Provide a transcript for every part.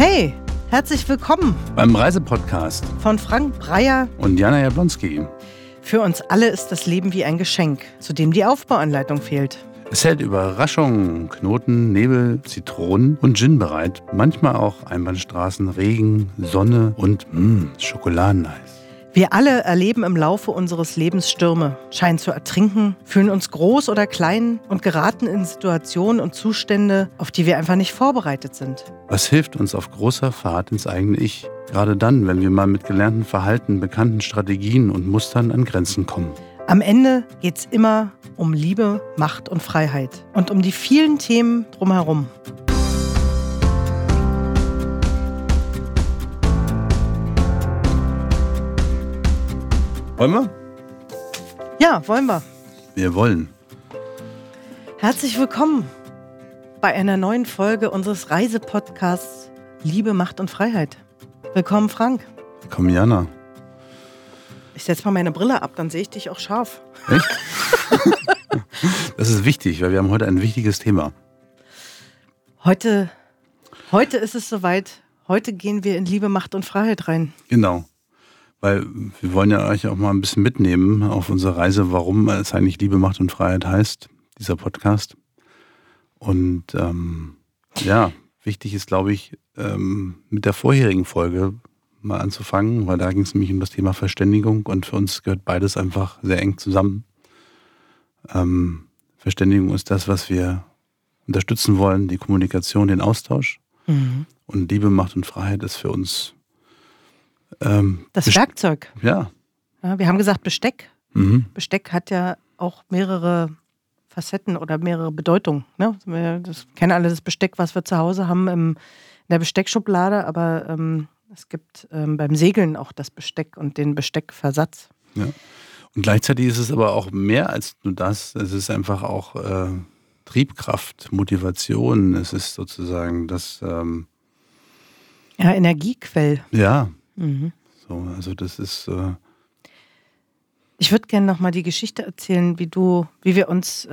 Hey, herzlich willkommen beim Reisepodcast von Frank Breyer und Jana Jablonski. Für uns alle ist das Leben wie ein Geschenk, zu dem die Aufbauanleitung fehlt. Es hält Überraschungen, Knoten, Nebel, Zitronen und Gin bereit. Manchmal auch Einbahnstraßen, Regen, Sonne und Schokoladeneis. Wir alle erleben im Laufe unseres Lebens Stürme, scheinen zu ertrinken, fühlen uns groß oder klein und geraten in Situationen und Zustände, auf die wir einfach nicht vorbereitet sind. Was hilft uns auf großer Fahrt ins eigene Ich? Gerade dann, wenn wir mal mit gelernten Verhalten, bekannten Strategien und Mustern an Grenzen kommen. Am Ende geht's immer um Liebe, Macht und Freiheit und um die vielen Themen drumherum. Wollen wir? Ja, wollen wir. Wir wollen. Herzlich willkommen bei einer neuen Folge unseres Reisepodcasts Liebe, Macht und Freiheit. Willkommen, Frank. Willkommen, Jana. Ich setze mal meine Brille ab, dann sehe ich dich auch scharf. Echt? Das ist wichtig, weil wir haben heute ein wichtiges Thema. Heute ist es soweit. Heute gehen wir in Liebe, Macht und Freiheit rein. Genau. Weil wir wollen ja euch auch mal ein bisschen mitnehmen auf unsere Reise, warum es eigentlich Liebe, Macht und Freiheit heißt, dieser Podcast. Und wichtig ist, glaube ich, mit der vorherigen Folge mal anzufangen, weil da ging es nämlich um das Thema Verständigung und für uns gehört beides einfach sehr eng zusammen. Verständigung ist das, was wir unterstützen wollen, die Kommunikation, den Austausch. Mhm. Und Liebe, Macht und Freiheit ist für uns das Werkzeug. Ja. Wir haben gesagt Besteck. Mhm. Besteck hat ja auch mehrere Facetten oder mehrere Bedeutungen. Ne? Wir kennen alle das Besteck, was wir zu Hause haben in der Besteckschublade, aber es gibt beim Segeln auch das Besteck und den Besteckversatz. Ja. Und gleichzeitig ist es aber auch mehr als nur das. Es ist einfach auch Triebkraft, Motivation. Es ist sozusagen das Energiequell. Ja. Mhm. So, also das ist. Ich würde gerne nochmal die Geschichte erzählen, wie wir uns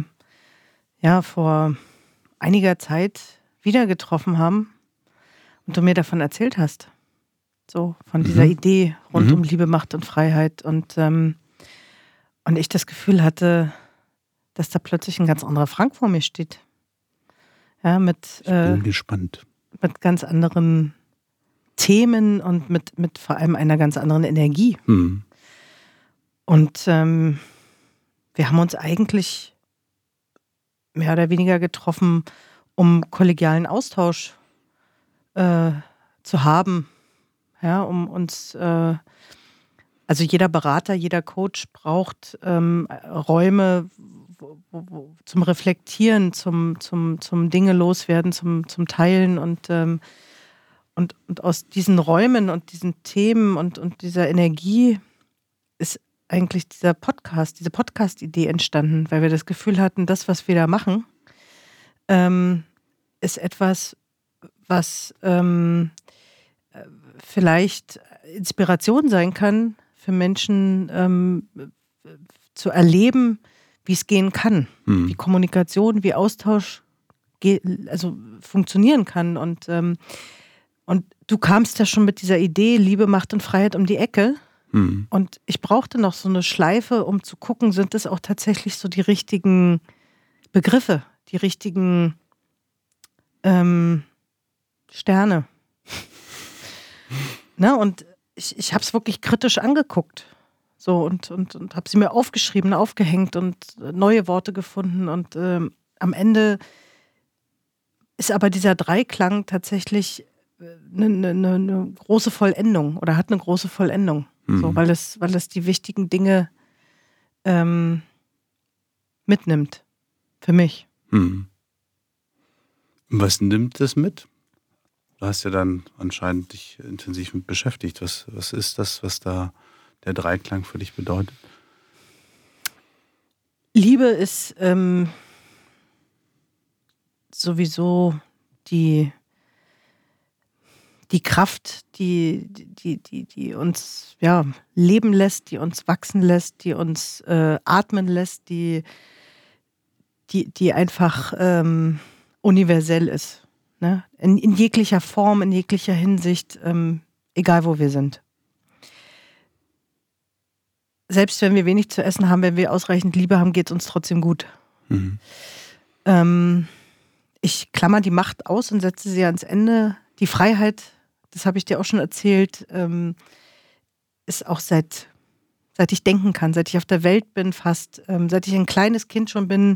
vor einiger Zeit wieder getroffen haben und du mir davon erzählt hast. So, von dieser Idee rund um Liebe, Macht und Freiheit. Und ich das Gefühl hatte, dass da plötzlich ein ganz anderer Frank vor mir steht. Ja, ich bin gespannt. Mit ganz anderen Themen und mit vor allem einer ganz anderen Energie. Mhm. Und wir haben uns eigentlich mehr oder weniger getroffen, um kollegialen Austausch zu haben. Ja, um uns, also jeder Berater, jeder Coach braucht Räume zum Reflektieren, zum Dinge loswerden, zum Teilen und aus diesen Räumen und diesen Themen und dieser Energie ist eigentlich diese Podcast-Idee entstanden, weil wir das Gefühl hatten, das, was wir da machen, ist etwas, was vielleicht Inspiration sein kann für Menschen zu erleben, wie es gehen kann, wie Kommunikation, wie Austausch funktionieren kann. Und du kamst ja schon mit dieser Idee Liebe, Macht und Freiheit um die Ecke. Und ich brauchte noch so eine Schleife, um zu gucken, sind das auch tatsächlich so die richtigen Begriffe, die richtigen Sterne. Ne? Und ich habe es wirklich kritisch angeguckt. So und habe sie mir aufgeschrieben, aufgehängt und neue Worte gefunden. Und am Ende ist aber dieser Dreiklang tatsächlich eine große Vollendung oder hat eine große Vollendung. So, weil es die wichtigen Dinge mitnimmt. Für mich. Mhm. Was nimmt es mit? Du hast ja dann anscheinend dich intensiv mit beschäftigt. Was ist das, was da der Dreiklang für dich bedeutet? Liebe ist sowieso die Kraft, die uns leben lässt, die uns wachsen lässt, die uns atmen lässt, die einfach universell ist. Ne? In jeglicher Form, in jeglicher Hinsicht, egal wo wir sind. Selbst wenn wir wenig zu essen haben, wenn wir ausreichend Liebe haben, geht es uns trotzdem gut. Mhm. Ich klammer die Macht aus und setze sie ans Ende. Die Freiheit, das habe ich dir auch schon erzählt, ist auch seit ich denken kann, seit ich auf der Welt bin fast, seit ich ein kleines Kind schon bin,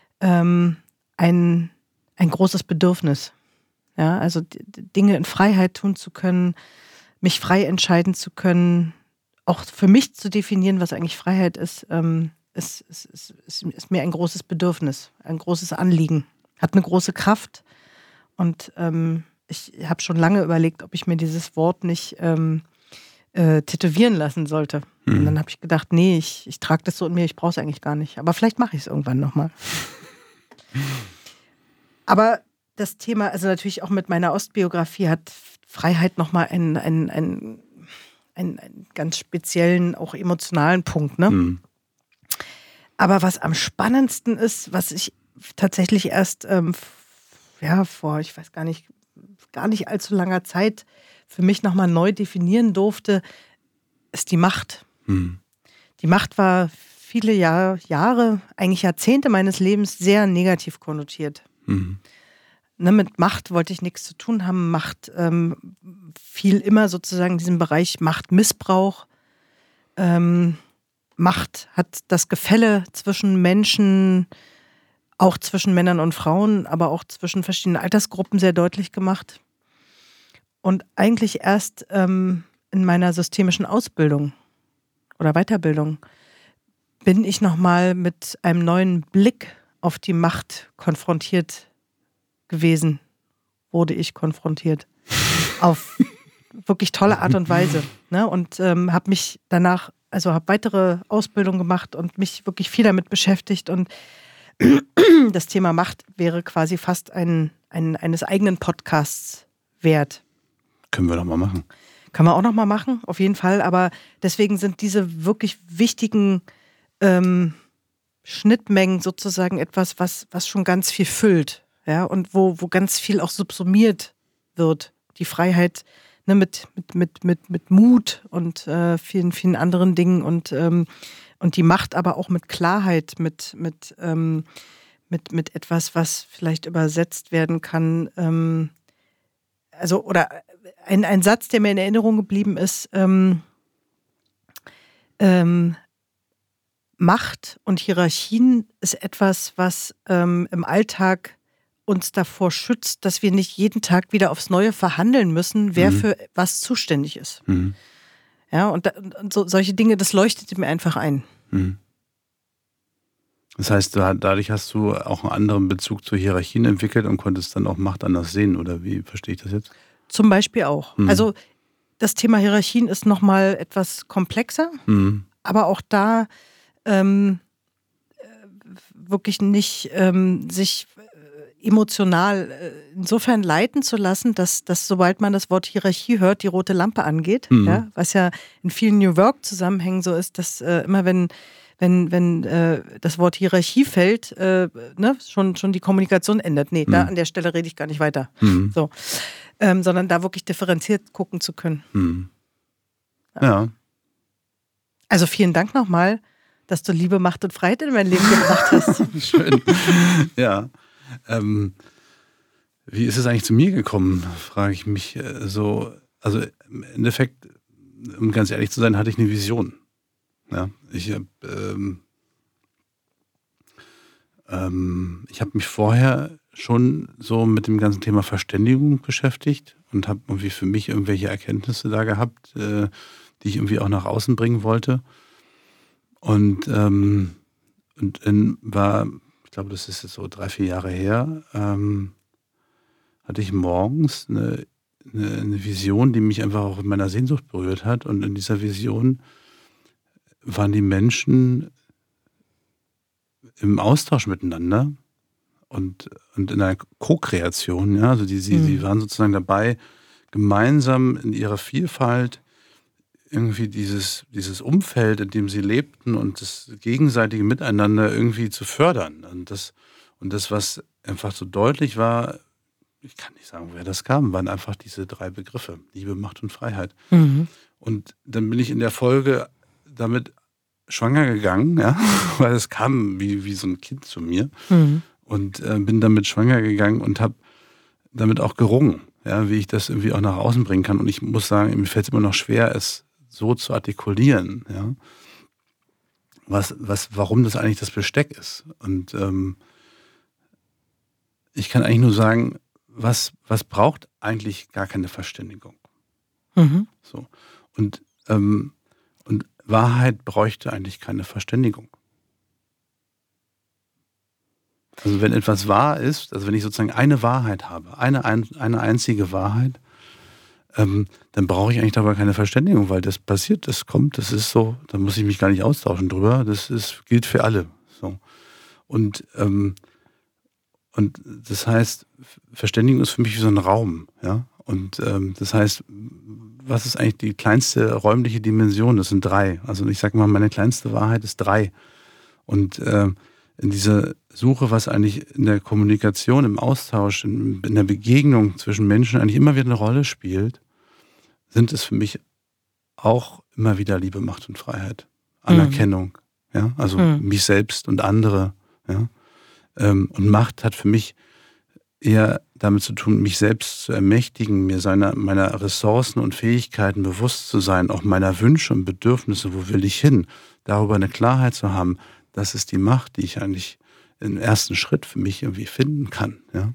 ein großes Bedürfnis. Ja, also Dinge in Freiheit tun zu können, mich frei entscheiden zu können, auch für mich zu definieren, was eigentlich Freiheit ist, ist mir ein großes Bedürfnis, ein großes Anliegen, hat eine große Kraft. Und ich habe schon lange überlegt, ob ich mir dieses Wort nicht tätowieren lassen sollte. Und dann habe ich gedacht, nee, ich trage das so in mir, ich brauche es eigentlich gar nicht. Aber vielleicht mache ich es irgendwann nochmal. Aber das Thema, also natürlich auch mit meiner Ostbiografie, hat Freiheit nochmal einen ganz speziellen, auch emotionalen Punkt. Ne? Mhm. Aber was am spannendsten ist, was ich tatsächlich erst vor, ich weiß gar nicht allzu langer Zeit für mich nochmal neu definieren durfte, ist die Macht. Mhm. Die Macht war viele Jahre, eigentlich Jahrzehnte meines Lebens sehr negativ konnotiert. Mhm. Ne, mit Macht wollte ich nichts zu tun haben. Macht fiel immer sozusagen in diesem Bereich Machtmissbrauch. Macht hat das Gefälle zwischen Menschen, auch zwischen Männern und Frauen, aber auch zwischen verschiedenen Altersgruppen sehr deutlich gemacht. Und eigentlich erst in meiner systemischen Ausbildung oder Weiterbildung bin ich nochmal mit einem neuen Blick auf die Macht wurde ich konfrontiert. Auf wirklich tolle Art und Weise. Ne? Und habe mich danach, also habe weitere Ausbildung gemacht und mich wirklich viel damit beschäftigt. Und das Thema Macht wäre quasi fast eines eigenen Podcasts wert. Können wir doch mal machen. Kann man auch noch mal machen, auf jeden Fall. Aber deswegen sind diese wirklich wichtigen Schnittmengen sozusagen etwas, was schon ganz viel füllt. Ja? Und wo ganz viel auch subsumiert wird. Die Freiheit, ne, mit Mut und vielen, vielen anderen Dingen und die Macht aber auch mit Klarheit, mit etwas, was vielleicht übersetzt werden kann. Oder ein Satz, der mir in Erinnerung geblieben ist, Macht und Hierarchien ist etwas, was im Alltag uns davor schützt, dass wir nicht jeden Tag wieder aufs Neue verhandeln müssen, wer für was zuständig ist. Mhm. Ja, und solche Dinge, das leuchtete mir einfach ein. Mhm. Das heißt, dadurch hast du auch einen anderen Bezug zu Hierarchien entwickelt und konntest dann auch Macht anders sehen, oder wie verstehe ich das jetzt? Zum Beispiel auch. Also das Thema Hierarchien ist nochmal etwas komplexer, aber auch da wirklich nicht sich emotional insofern leiten zu lassen, dass sobald man das Wort Hierarchie hört, die rote Lampe angeht. Ja? Was ja in vielen New Work-Zusammenhängen so ist, dass immer wenn das Wort Hierarchie fällt, schon die Kommunikation ändert. Nee, da an der Stelle rede ich gar nicht weiter. So. Sondern da wirklich differenziert gucken zu können. Ja. Also vielen Dank nochmal, dass du Liebe, Macht und Freiheit in mein Leben gebracht hast. Schön. Ja. Wie ist es eigentlich zu mir gekommen, frage ich mich so. Also im Endeffekt, um ganz ehrlich zu sein, hatte ich eine Vision. Ja, ich habe mich vorher schon so mit dem ganzen Thema Verständigung beschäftigt und habe irgendwie für mich irgendwelche Erkenntnisse da gehabt, die ich irgendwie auch nach außen bringen wollte. Und dann war, ich glaube, das ist jetzt so 3-4 Jahre her, hatte ich morgens eine Vision, die mich einfach auch in meiner Sehnsucht berührt hat. Und in dieser Vision waren die Menschen im Austausch miteinander und in einer Co-Kreation. Ja? Also sie waren sozusagen dabei, gemeinsam in ihrer Vielfalt irgendwie dieses Umfeld, in dem sie lebten und das gegenseitige Miteinander irgendwie zu fördern. Und das, was einfach so deutlich war, ich kann nicht sagen, woher das kam, waren einfach diese 3 Begriffe, Liebe, Macht und Freiheit. Und dann bin ich in der Folge damit schwanger gegangen, ja, weil es kam wie so ein Kind zu mir und bin damit schwanger gegangen und habe damit auch gerungen, ja, wie ich das irgendwie auch nach außen bringen kann. Und ich muss sagen, mir fällt es immer noch schwer, es so zu artikulieren, ja, warum das eigentlich das Besteck ist. Und ich kann eigentlich nur sagen, was braucht eigentlich gar keine Verständigung. So. Und Wahrheit bräuchte eigentlich keine Verständigung. Also wenn etwas wahr ist, also wenn ich sozusagen eine Wahrheit habe, eine einzige Wahrheit, dann brauche ich eigentlich darüber keine Verständigung, weil das passiert, das kommt, das ist so, da muss ich mich gar nicht austauschen drüber, gilt für alle. So. Und das heißt, Verständigung ist für mich wie so ein Raum, ja. Und das heißt, was ist eigentlich die kleinste räumliche Dimension? Das sind 3. Also ich sage mal, meine kleinste Wahrheit ist 3. Und in dieser Suche, was eigentlich in der Kommunikation, im Austausch, in der Begegnung zwischen Menschen eigentlich immer wieder eine Rolle spielt, sind es für mich auch immer wieder Liebe, Macht und Freiheit. Anerkennung, ja, also mich selbst und andere, ja. Und Macht hat für mich eher damit zu tun, mich selbst zu ermächtigen, mir meiner Ressourcen und Fähigkeiten bewusst zu sein, auch meiner Wünsche und Bedürfnisse, wo will ich hin, darüber eine Klarheit zu haben. Das ist die Macht, die ich eigentlich im ersten Schritt für mich irgendwie finden kann. Ja?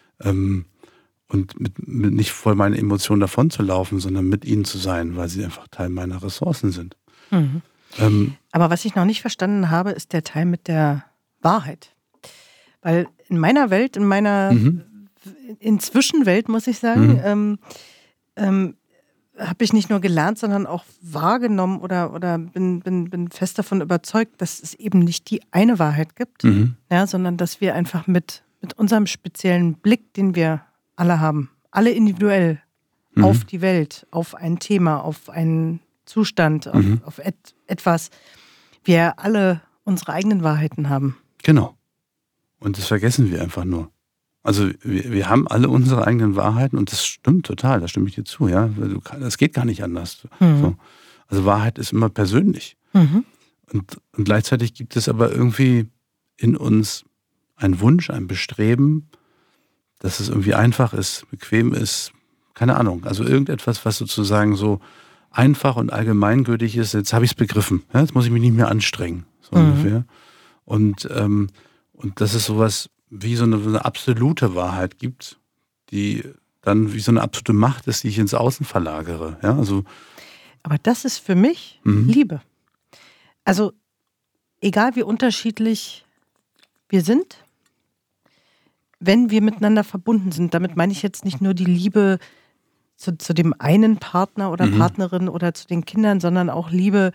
Und mit nicht vor meinen Emotionen davon zu laufen, sondern mit ihnen zu sein, weil sie einfach Teil meiner Ressourcen sind. Aber was ich noch nicht verstanden habe, ist der Teil mit der Wahrheit. Weil in meiner Welt, in meiner Inzwischenwelt, muss ich sagen, habe ich nicht nur gelernt, sondern auch wahrgenommen oder bin fest davon überzeugt, dass es eben nicht die eine Wahrheit gibt, ja, sondern dass wir einfach mit unserem speziellen Blick, den wir alle haben, alle individuell auf die Welt, auf ein Thema, auf einen Zustand, auf etwas, wir alle unsere eigenen Wahrheiten haben. Genau. Und das vergessen wir einfach nur. Also wir haben alle unsere eigenen Wahrheiten und das stimmt total, da stimme ich dir zu. Ja, das geht gar nicht anders. So. Also Wahrheit ist immer persönlich. Und gleichzeitig gibt es aber irgendwie in uns einen Wunsch, ein Bestreben, dass es irgendwie einfach ist, bequem ist, keine Ahnung. Also irgendetwas, was sozusagen so einfach und allgemeingültig ist. Jetzt habe ich es begriffen. Ja, jetzt muss ich mich nicht mehr anstrengen, so ungefähr. Und dass es sowas wie so eine absolute Wahrheit gibt, die dann wie so eine absolute Macht ist, die ich ins Außen verlagere. Ja, also aber das ist für mich Liebe. Also egal wie unterschiedlich wir sind, wenn wir miteinander verbunden sind, damit meine ich jetzt nicht nur die Liebe zu dem einen Partner oder Partnerin oder zu den Kindern, sondern auch Liebe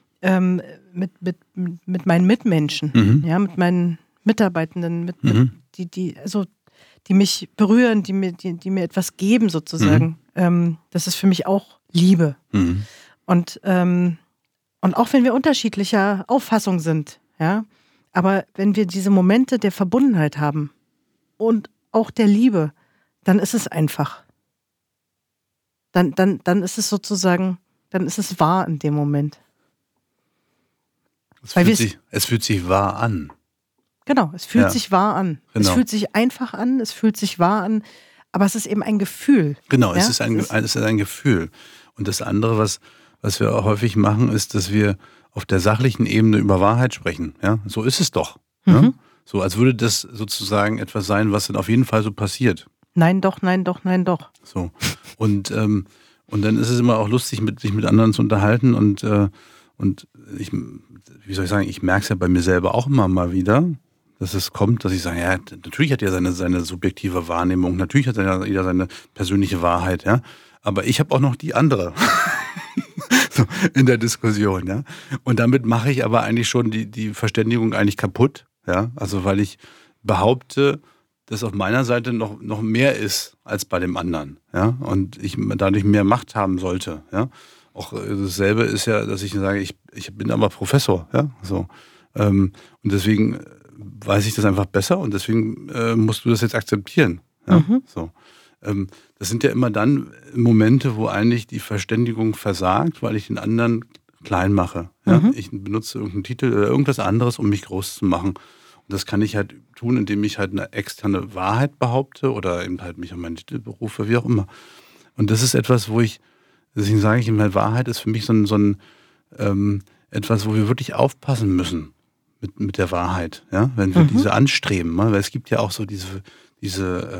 mit meinen Mitmenschen, ja, mit meinen Mitarbeitenden, die mich berühren, die mir etwas geben sozusagen. Das ist für mich auch Liebe. Und auch wenn wir unterschiedlicher Auffassung sind, ja, aber wenn wir diese Momente der Verbundenheit haben und auch der Liebe, dann ist es einfach. Dann ist es sozusagen, dann ist es wahr in dem Moment. Es fühlt sich wahr an. Genau, es fühlt sich wahr an. Genau. Es fühlt sich einfach an, es fühlt sich wahr an, aber es ist eben ein Gefühl. Genau, ja? es ist ein Gefühl. Und das andere, was wir auch häufig machen, ist, dass wir auf der sachlichen Ebene über Wahrheit sprechen. Ja? So ist es doch. Ja? So, als würde das sozusagen etwas sein, was dann auf jeden Fall so passiert. Nein, doch, nein, doch, nein, doch. So. Und dann ist es immer auch lustig, sich mit anderen zu unterhalten und ich, wie soll ich sagen, ich merke es ja bei mir selber auch immer mal wieder, dass es kommt, dass ich sage, ja, natürlich hat er seine subjektive Wahrnehmung, natürlich hat jeder seine persönliche Wahrheit, ja, aber ich habe auch noch die andere so, in der Diskussion, ja. Und damit mache ich aber eigentlich schon die Verständigung eigentlich kaputt, ja, also weil ich behaupte, dass auf meiner Seite noch mehr ist als bei dem anderen, ja, und ich dadurch mehr Macht haben sollte, ja. Auch dasselbe ist ja, dass ich sage, ich bin aber Professor, ja, so. Und deswegen weiß ich das einfach besser und deswegen musst du das jetzt akzeptieren, Ja? So. Das sind ja immer dann Momente, wo eigentlich die Verständigung versagt, weil ich den anderen klein mache. Ja? Ich benutze irgendeinen Titel oder irgendwas anderes, um mich groß zu machen. Und das kann ich halt tun, indem ich halt eine externe Wahrheit behaupte oder eben halt mich an meinen Titel berufe, wie auch immer. Und das ist etwas, deswegen sage ich immer, Wahrheit ist für mich so ein etwas, wo wir wirklich aufpassen müssen mit der Wahrheit, ja, wenn wir diese anstreben, weil es gibt ja auch so diese wie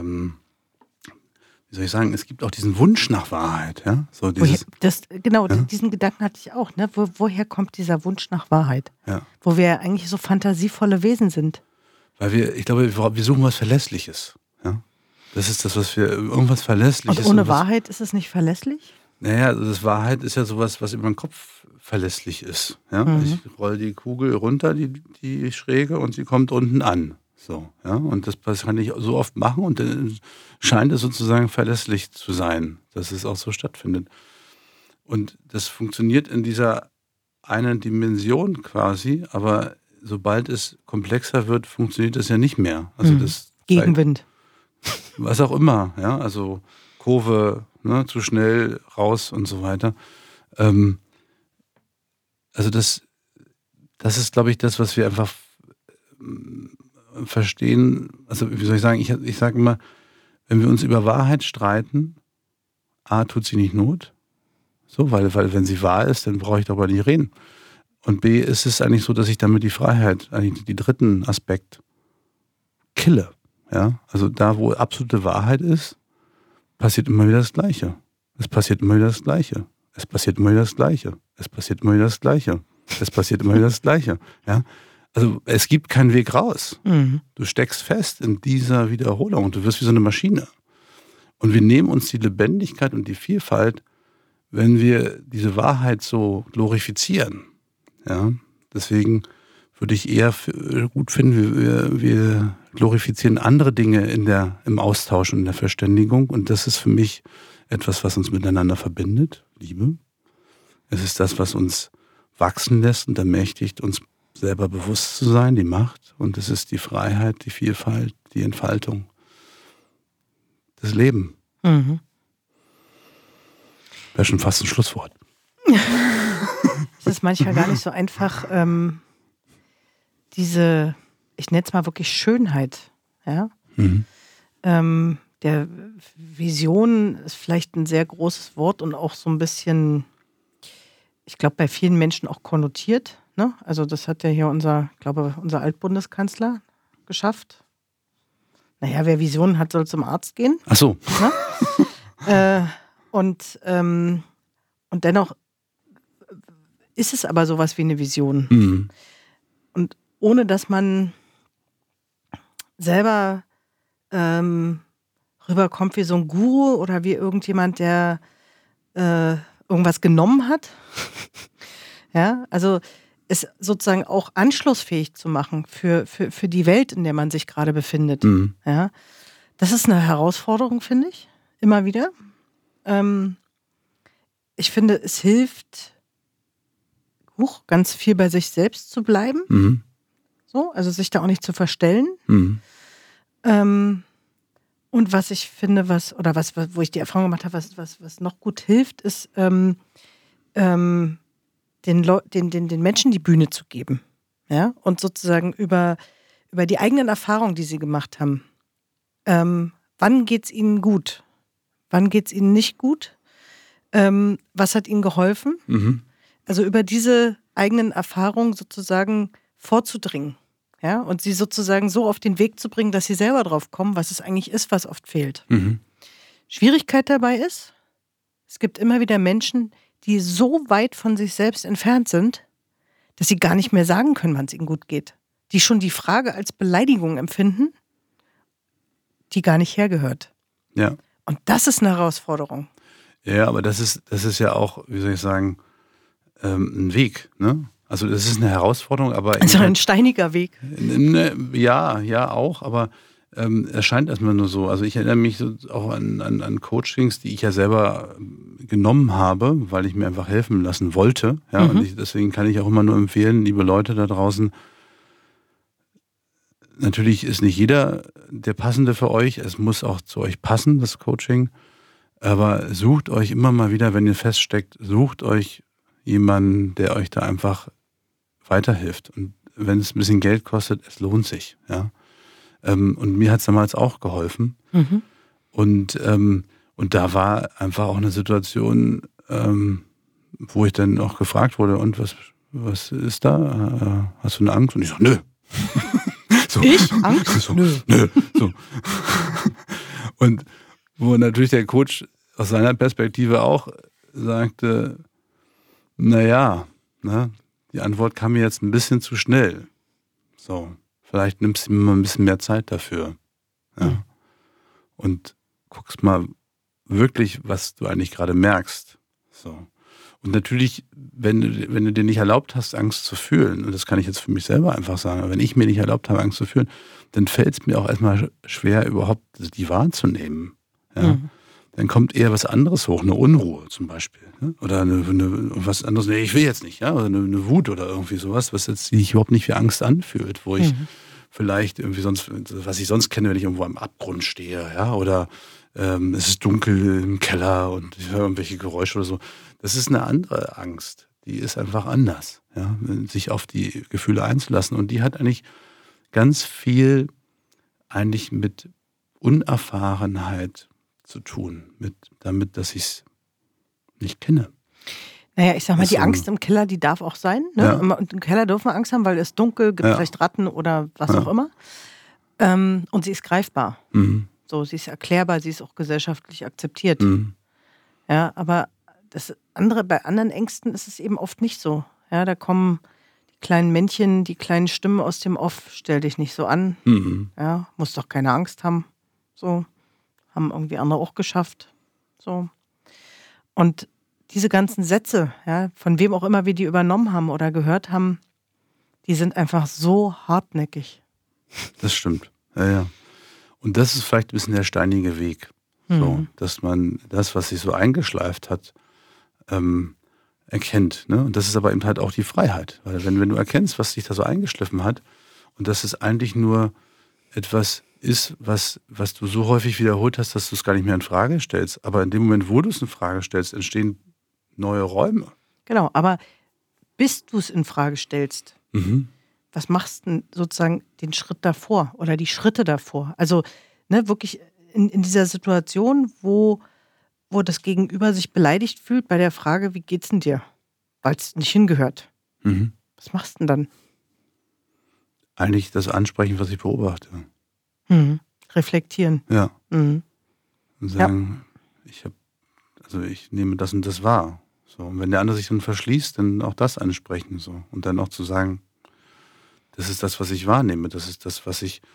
soll ich sagen, es gibt auch diesen Wunsch nach Wahrheit, ja, so dieses, diesen Gedanken hatte ich auch, ne, woher kommt dieser Wunsch nach Wahrheit, ja, wo wir eigentlich so fantasievolle Wesen sind, weil ich glaube, wir suchen was Verlässliches, ja, das ist das, was wir, irgendwas Verlässliches. Und ohne Wahrheit ist es nicht verlässlich? Naja, das Wahrheit ist ja sowas, was über den Kopf verlässlich ist. Ja? Ich rolle die Kugel runter, die Schräge, und sie kommt unten an. So, ja? Und das kann ich so oft machen und dann scheint es sozusagen verlässlich zu sein, dass es auch so stattfindet. Und das funktioniert in dieser einen Dimension quasi, aber sobald es komplexer wird, funktioniert das ja nicht mehr. Also das Gegenwind. Was auch immer, ja, also Kurve, ne, zu schnell raus und so weiter. Also das ist, glaube ich, das, was wir einfach verstehen. Also wie soll ich sagen, ich sage immer, wenn wir uns über Wahrheit streiten, A, tut sie nicht Not, so, weil wenn sie wahr ist, dann brauche ich darüber nicht reden. Und B, ist es eigentlich so, dass ich damit die Freiheit, eigentlich den dritten Aspekt, kille. Ja? Also da, wo absolute Wahrheit ist, passiert immer wieder das Gleiche. Es passiert immer wieder das Gleiche. Es passiert immer wieder das Gleiche. Es passiert immer wieder das Gleiche. Es passiert immer wieder das Gleiche. Ja? Also es gibt keinen Weg raus. Du steckst fest in dieser Wiederholung und du wirst wie so eine Maschine. Und wir nehmen uns die Lebendigkeit und die Vielfalt, wenn wir diese Wahrheit so glorifizieren. Ja? Deswegen würde ich eher gut finden, wir glorifizieren andere Dinge im Austausch und in der Verständigung. Und das ist für mich etwas, was uns miteinander verbindet, Liebe. Es ist das, was uns wachsen lässt und ermächtigt, uns selber bewusst zu sein, die Macht. Und es ist die Freiheit, die Vielfalt, die Entfaltung, das Leben. Wäre schon fast ein Schlusswort. Es ist manchmal gar nicht so einfach, diese, ich nenne es mal wirklich Schönheit, ja. Der Vision ist vielleicht ein sehr großes Wort und auch so ein bisschen, ich glaube, bei vielen Menschen auch konnotiert. Ne? Also das hat ja hier unser Altbundeskanzler geschafft. Naja, wer Visionen hat, soll zum Arzt gehen. Ach so. Ne? Und dennoch ist es aber sowas wie eine Vision. Und ohne dass man selber rüberkommt wie so ein Guru oder wie irgendjemand, der irgendwas genommen hat. Ja, also es sozusagen auch anschlussfähig zu machen für die Welt, in der man sich gerade befindet. Ja, das ist eine Herausforderung, finde ich, immer wieder. Ich finde, es hilft, ganz viel bei sich selbst zu bleiben. So, also sich da auch nicht zu verstellen. Und was ich finde, wo ich die Erfahrung gemacht habe, was noch gut hilft, ist, den Menschen die Bühne zu geben. Ja? Und sozusagen über die eigenen Erfahrungen, die sie gemacht haben. Wann geht es ihnen gut? Wann geht es ihnen nicht gut? Was hat ihnen geholfen? Also über diese eigenen Erfahrungen sozusagen vorzudringen. Ja? Und sie sozusagen so auf den Weg zu bringen, dass sie selber drauf kommen, was es eigentlich ist, was oft fehlt. Schwierigkeit dabei ist, es gibt immer wieder Menschen, die so weit von sich selbst entfernt sind, dass sie gar nicht mehr sagen können, wann es ihnen gut geht. Die schon die Frage als Beleidigung empfinden, die gar nicht hergehört. Ja. Und das ist eine Herausforderung. Ja, aber das ist ja auch, wie soll ich sagen, ein Weg, ne? Also das ist eine Herausforderung, aber... Also ein steiniger Weg. Ja, auch, aber es scheint erstmal nur so. Also ich erinnere mich so auch an Coachings, die ich ja selber genommen habe, weil ich mir einfach helfen lassen wollte. Ja, und deswegen kann ich auch immer nur empfehlen, liebe Leute da draußen, natürlich ist nicht jeder der Passende für euch. Es muss auch zu euch passen, das Coaching. Aber sucht euch immer mal wieder, wenn ihr feststeckt, sucht euch jemanden, der euch da einfach weiterhilft. Und wenn es ein bisschen Geld kostet, es lohnt sich. Ja? Und mir hat es damals auch geholfen. Mhm. Und da war einfach auch eine Situation, wo ich dann auch gefragt wurde, und was ist da? Hast du eine Angst? Und ich sage, nö. So. Ich? Angst? So, nö. So. Und wo natürlich der Coach aus seiner Perspektive auch sagte, naja, ne, die Antwort kam mir jetzt ein bisschen zu schnell. So, vielleicht nimmst du mir mal ein bisschen mehr Zeit dafür. Ja. Mhm. Und guckst mal wirklich, was du eigentlich gerade merkst. So. Und natürlich, wenn du dir nicht erlaubt hast, Angst zu fühlen, und das kann ich jetzt für mich selber einfach sagen, aber wenn ich mir nicht erlaubt habe, Angst zu fühlen, dann fällt es mir auch erstmal schwer, überhaupt die wahrzunehmen. Ja? Mhm. Dann kommt eher was anderes hoch, eine Unruhe zum Beispiel. Ne? Oder was anderes, nee, ich will jetzt nicht, ja? Oder eine Wut oder irgendwie sowas, was jetzt sich überhaupt nicht wie Angst anfühlt, wo ich vielleicht irgendwie sonst, was ich sonst kenne, wenn ich irgendwo am Abgrund stehe, ja, oder es ist dunkel im Keller und ich höre irgendwelche Geräusche oder so. Das ist eine andere Angst. Die ist einfach anders, ja, sich auf die Gefühle einzulassen. Und die hat eigentlich ganz viel eigentlich mit Unerfahrenheit zu tun, damit, dass ich es nicht kenne. Naja, ich sag mal, Also, die Angst im Keller, die darf auch sein. Ne? Ja. Und im Keller dürfen wir Angst haben, weil es dunkel, gibt Ja. vielleicht Ratten oder was auch immer. Und sie ist greifbar. Mhm. So, sie ist erklärbar, sie ist auch gesellschaftlich akzeptiert. Mhm. Ja, aber das andere, bei anderen Ängsten ist es eben oft nicht so. Ja, da kommen die kleinen Männchen, die kleinen Stimmen aus dem Off, stell dich nicht so an. Mhm. Ja, musst doch keine Angst haben. So, haben irgendwie andere auch geschafft. So. Und diese ganzen Sätze, ja, von wem auch immer wir die übernommen haben oder gehört haben, die sind einfach so hartnäckig. Das stimmt. Ja. Und das ist vielleicht ein bisschen der steinige Weg. So, dass man das, was sich so eingeschleift hat, erkennt. Ne? Und das ist aber eben halt auch die Freiheit. Weil wenn du erkennst, was sich da so eingeschliffen hat und dass es eigentlich nur etwas ist, was du so häufig wiederholt hast, dass du es gar nicht mehr in Frage stellst. Aber in dem Moment, wo du es in Frage stellst, entstehen neue Räume. Genau, aber bis du es in Frage stellst, Mhm. was machst du denn sozusagen den Schritt davor oder die Schritte davor? Also ne, wirklich in dieser Situation, wo das Gegenüber sich beleidigt fühlt bei der Frage, wie geht's denn dir? Weil es nicht hingehört. Mhm. Was machst du denn dann? Eigentlich das ansprechen, was ich beobachte. Reflektieren. Ja. Mhm. Und sagen, ich nehme das und das wahr. So, und wenn der andere sich dann verschließt, dann auch das ansprechen. So. Und dann auch zu sagen, das ist das, was ich wahrnehme. Das ist das, was ich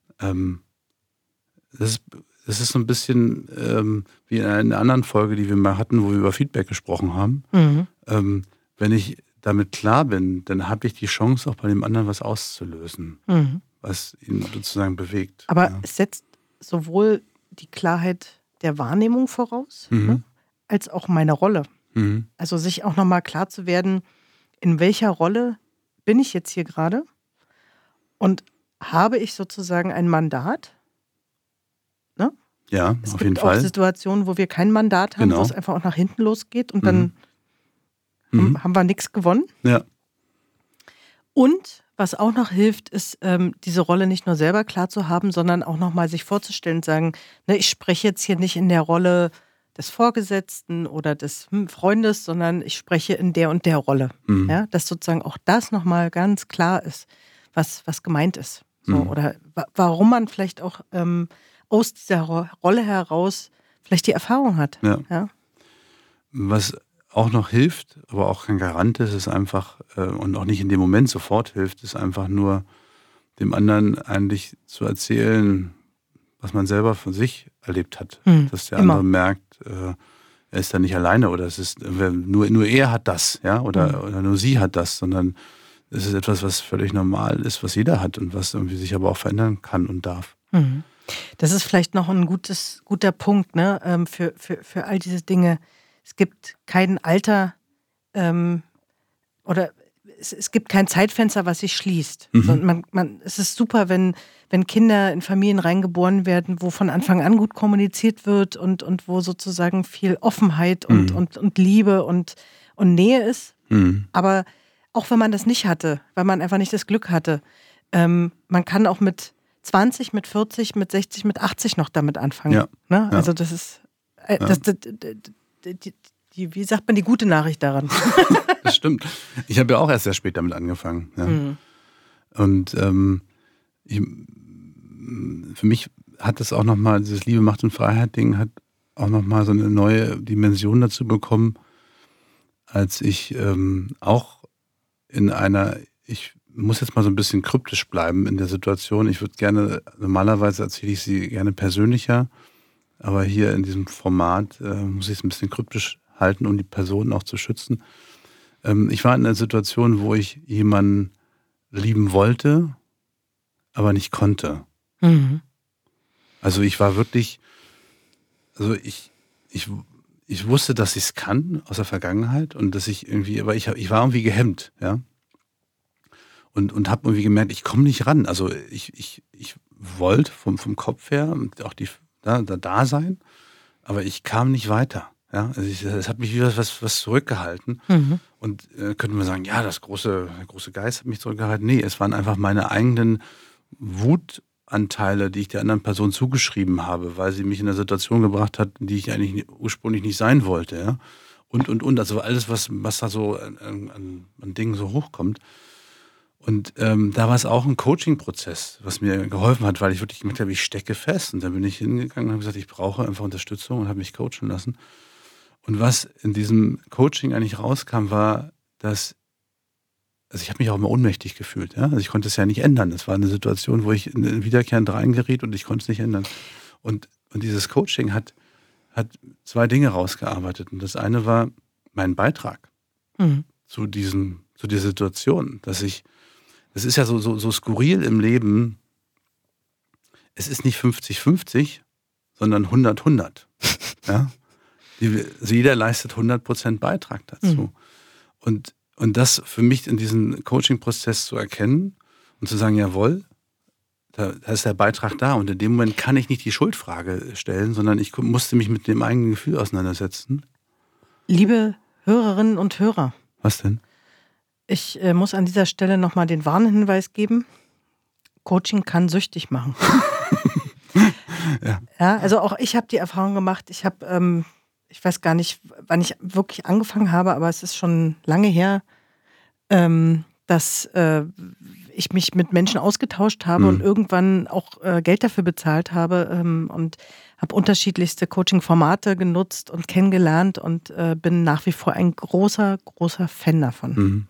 das ist so ein bisschen wie in einer anderen Folge, die wir mal hatten, wo wir über Feedback gesprochen haben. Wenn ich damit klar bin, dann habe ich die Chance, auch bei dem anderen was auszulösen, was ihn sozusagen bewegt. Aber es setzt sowohl die Klarheit der Wahrnehmung voraus, ne, als auch meine Rolle. Also sich auch nochmal klar zu werden, in welcher Rolle bin ich jetzt hier gerade und habe ich sozusagen ein Mandat? Ne? Ja, Es auf gibt jeden auch Fall. Situationen, wo wir kein Mandat haben, Genau. wo es einfach auch nach hinten losgeht und dann haben wir nichts gewonnen. Ja. Und was auch noch hilft, ist, diese Rolle nicht nur selber klar zu haben, sondern auch nochmal sich vorzustellen und sagen, ne, ich spreche jetzt hier nicht in der Rolle des Vorgesetzten oder des Freundes, sondern ich spreche in der und der Rolle. Ja, dass sozusagen auch das nochmal ganz klar ist, was gemeint ist. So, oder warum man vielleicht auch aus dieser Rolle heraus vielleicht die Erfahrung hat. Ja. Was auch noch hilft, aber auch kein Garant ist, ist einfach, und auch nicht in dem Moment sofort hilft, ist einfach nur dem anderen eigentlich zu erzählen, was man selber von sich erlebt hat. Dass der andere merkt, er ist da nicht alleine oder es ist nur er hat das, ja, oder nur sie hat das, sondern es ist etwas, was völlig normal ist, was jeder hat und was irgendwie sich aber auch verändern kann und darf. Das ist vielleicht noch ein guter Punkt, ne, für all diese Dinge. Es gibt kein Alter oder es gibt kein Zeitfenster, was sich schließt. Es ist super, wenn Kinder in Familien reingeboren werden, wo von Anfang an gut kommuniziert wird und wo sozusagen viel Offenheit und Liebe und Nähe ist. Aber auch wenn man das nicht hatte, weil man einfach nicht das Glück hatte, man kann auch mit 20, mit 40, mit 60, mit 80 noch damit anfangen. Ja. Ne? Also das ist wie sagt man, die gute Nachricht daran. Das stimmt. Ich habe ja auch erst sehr spät damit angefangen. Ja. Und für mich hat das auch nochmal, dieses Liebe, Macht und Freiheit-Ding hat auch nochmal so eine neue Dimension dazu bekommen, als ich auch in einer, ich muss jetzt mal so ein bisschen kryptisch bleiben in der Situation. Ich würde gerne, normalerweise erzähle ich sie gerne persönlicher, aber hier in diesem Format muss ich es ein bisschen kryptisch halten, um die Personen auch zu schützen. Ich war in einer Situation, wo ich jemanden lieben wollte, aber nicht konnte. Also ich war wirklich, also ich wusste, dass ich es kann aus der Vergangenheit und dass ich irgendwie, aber ich war irgendwie gehemmt, ja. Und habe irgendwie gemerkt, ich komme nicht ran. Also ich wollte vom Kopf her und auch da sein, aber ich kam nicht weiter. Ja, also es hat mich wieder was zurückgehalten. Und könnte man sagen, ja, der große Geist hat mich zurückgehalten. Nee, es waren einfach meine eigenen Wutanteile, die ich der anderen Person zugeschrieben habe, weil sie mich in eine Situation gebracht hat, die ich eigentlich ursprünglich nicht sein wollte. Ja? Und. Also alles, was da so an Dingen so hochkommt. Und da war es auch ein Coaching-Prozess, was mir geholfen hat, weil ich wirklich gemerkt habe, ich stecke fest. Und dann bin ich hingegangen und habe gesagt, ich brauche einfach Unterstützung und habe mich coachen lassen. Und was in diesem Coaching eigentlich rauskam, war, dass, also ich habe mich auch immer ohnmächtig gefühlt. Ja? Also ich konnte es ja nicht ändern. Es war eine Situation, wo ich wiederkehrend reingeriet und ich konnte es nicht ändern. Und dieses Coaching hat zwei Dinge rausgearbeitet. Und das eine war mein Beitrag zu dieser Situation, dass es ist ja so skurril im Leben, es ist nicht 50-50, sondern 100-100. Ja? Also jeder leistet 100% Beitrag dazu. Und das für mich in diesem Coaching-Prozess zu erkennen und zu sagen, jawohl, da ist der Beitrag da. Und in dem Moment kann ich nicht die Schuldfrage stellen, sondern ich musste mich mit dem eigenen Gefühl auseinandersetzen. Liebe Hörerinnen und Hörer. Was denn? Ich muss an dieser Stelle nochmal den Warnhinweis geben. Coaching kann süchtig machen. Ja, also auch ich habe die Erfahrung gemacht, ich weiß gar nicht, wann ich wirklich angefangen habe, aber es ist schon lange her, dass ich mich mit Menschen ausgetauscht habe und irgendwann auch Geld dafür bezahlt habe und habe unterschiedlichste Coaching-Formate genutzt und kennengelernt und bin nach wie vor ein großer, großer Fan davon.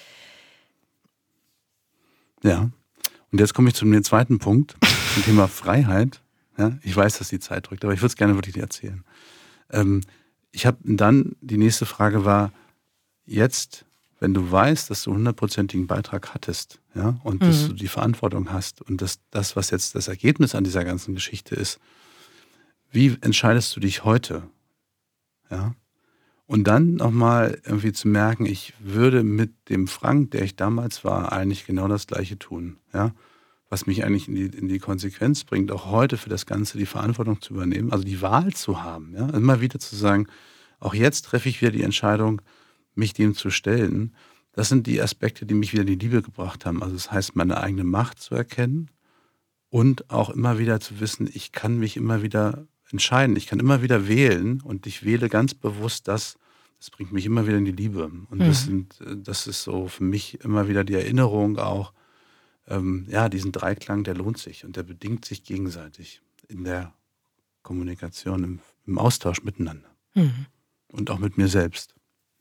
Ja, und jetzt komme ich zu dem zweiten Punkt, zum Thema Freiheit. Ja, ich weiß, dass die Zeit drückt, aber ich würde es gerne wirklich erzählen. Ich habe dann, die nächste Frage war, jetzt, wenn du weißt, dass du 100%igen Beitrag hattest, ja, und dass du die Verantwortung hast und das, was jetzt das Ergebnis an dieser ganzen Geschichte ist, wie entscheidest du dich heute? Ja? Und dann nochmal irgendwie zu merken, ich würde mit dem Frank, der ich damals war, eigentlich genau das Gleiche tun, ja. Was mich eigentlich in die Konsequenz bringt, auch heute für das Ganze die Verantwortung zu übernehmen, also die Wahl zu haben, ja, immer wieder zu sagen, auch jetzt treffe ich wieder die Entscheidung, mich dem zu stellen. Das sind die Aspekte, die mich wieder in die Liebe gebracht haben. Also das heißt, meine eigene Macht zu erkennen und auch immer wieder zu wissen, ich kann mich immer wieder entscheiden, ich kann immer wieder wählen und ich wähle ganz bewusst das bringt mich immer wieder in die Liebe. Und das ist so für mich immer wieder die Erinnerung auch, diesen Dreiklang, der lohnt sich und der bedingt sich gegenseitig in der Kommunikation, im Austausch miteinander. Und auch mit mir selbst.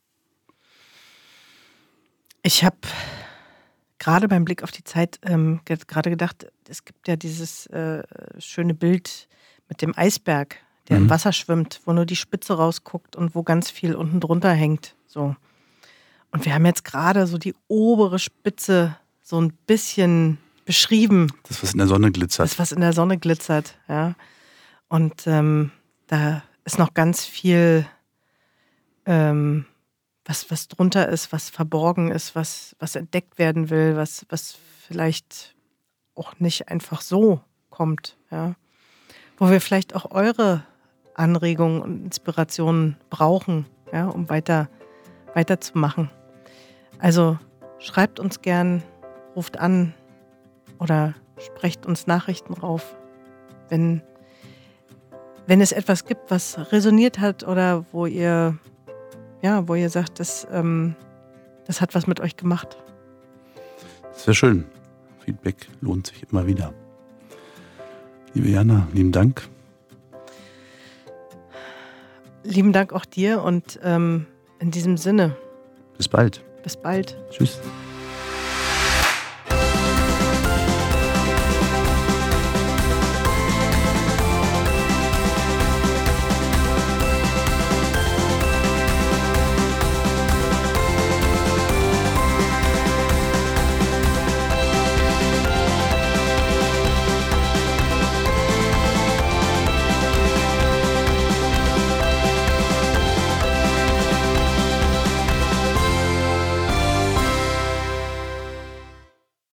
Ich habe gerade beim Blick auf die Zeit gerade gedacht, es gibt ja dieses schöne Bild mit dem Eisberg, der im Wasser schwimmt, wo nur die Spitze rausguckt und wo ganz viel unten drunter hängt. So. Und wir haben jetzt gerade so die obere Spitze so ein bisschen beschrieben. Das, was in der Sonne glitzert. Das, was in der Sonne glitzert, ja. Und da ist noch ganz viel was drunter ist, was verborgen ist, was entdeckt werden will, was vielleicht auch nicht einfach so kommt, ja. Wo wir vielleicht auch eure Anregungen und Inspirationen brauchen, ja, um weiterzumachen. Also schreibt uns gern, ruft an oder sprecht uns Nachrichten rauf, wenn es etwas gibt, was resoniert hat oder wo ihr sagt, das hat was mit euch gemacht. Sehr schön. Feedback lohnt sich immer wieder. Liebe Jana, lieben Dank. Lieben Dank auch dir und in diesem Sinne. Bis bald. Bis bald. Tschüss.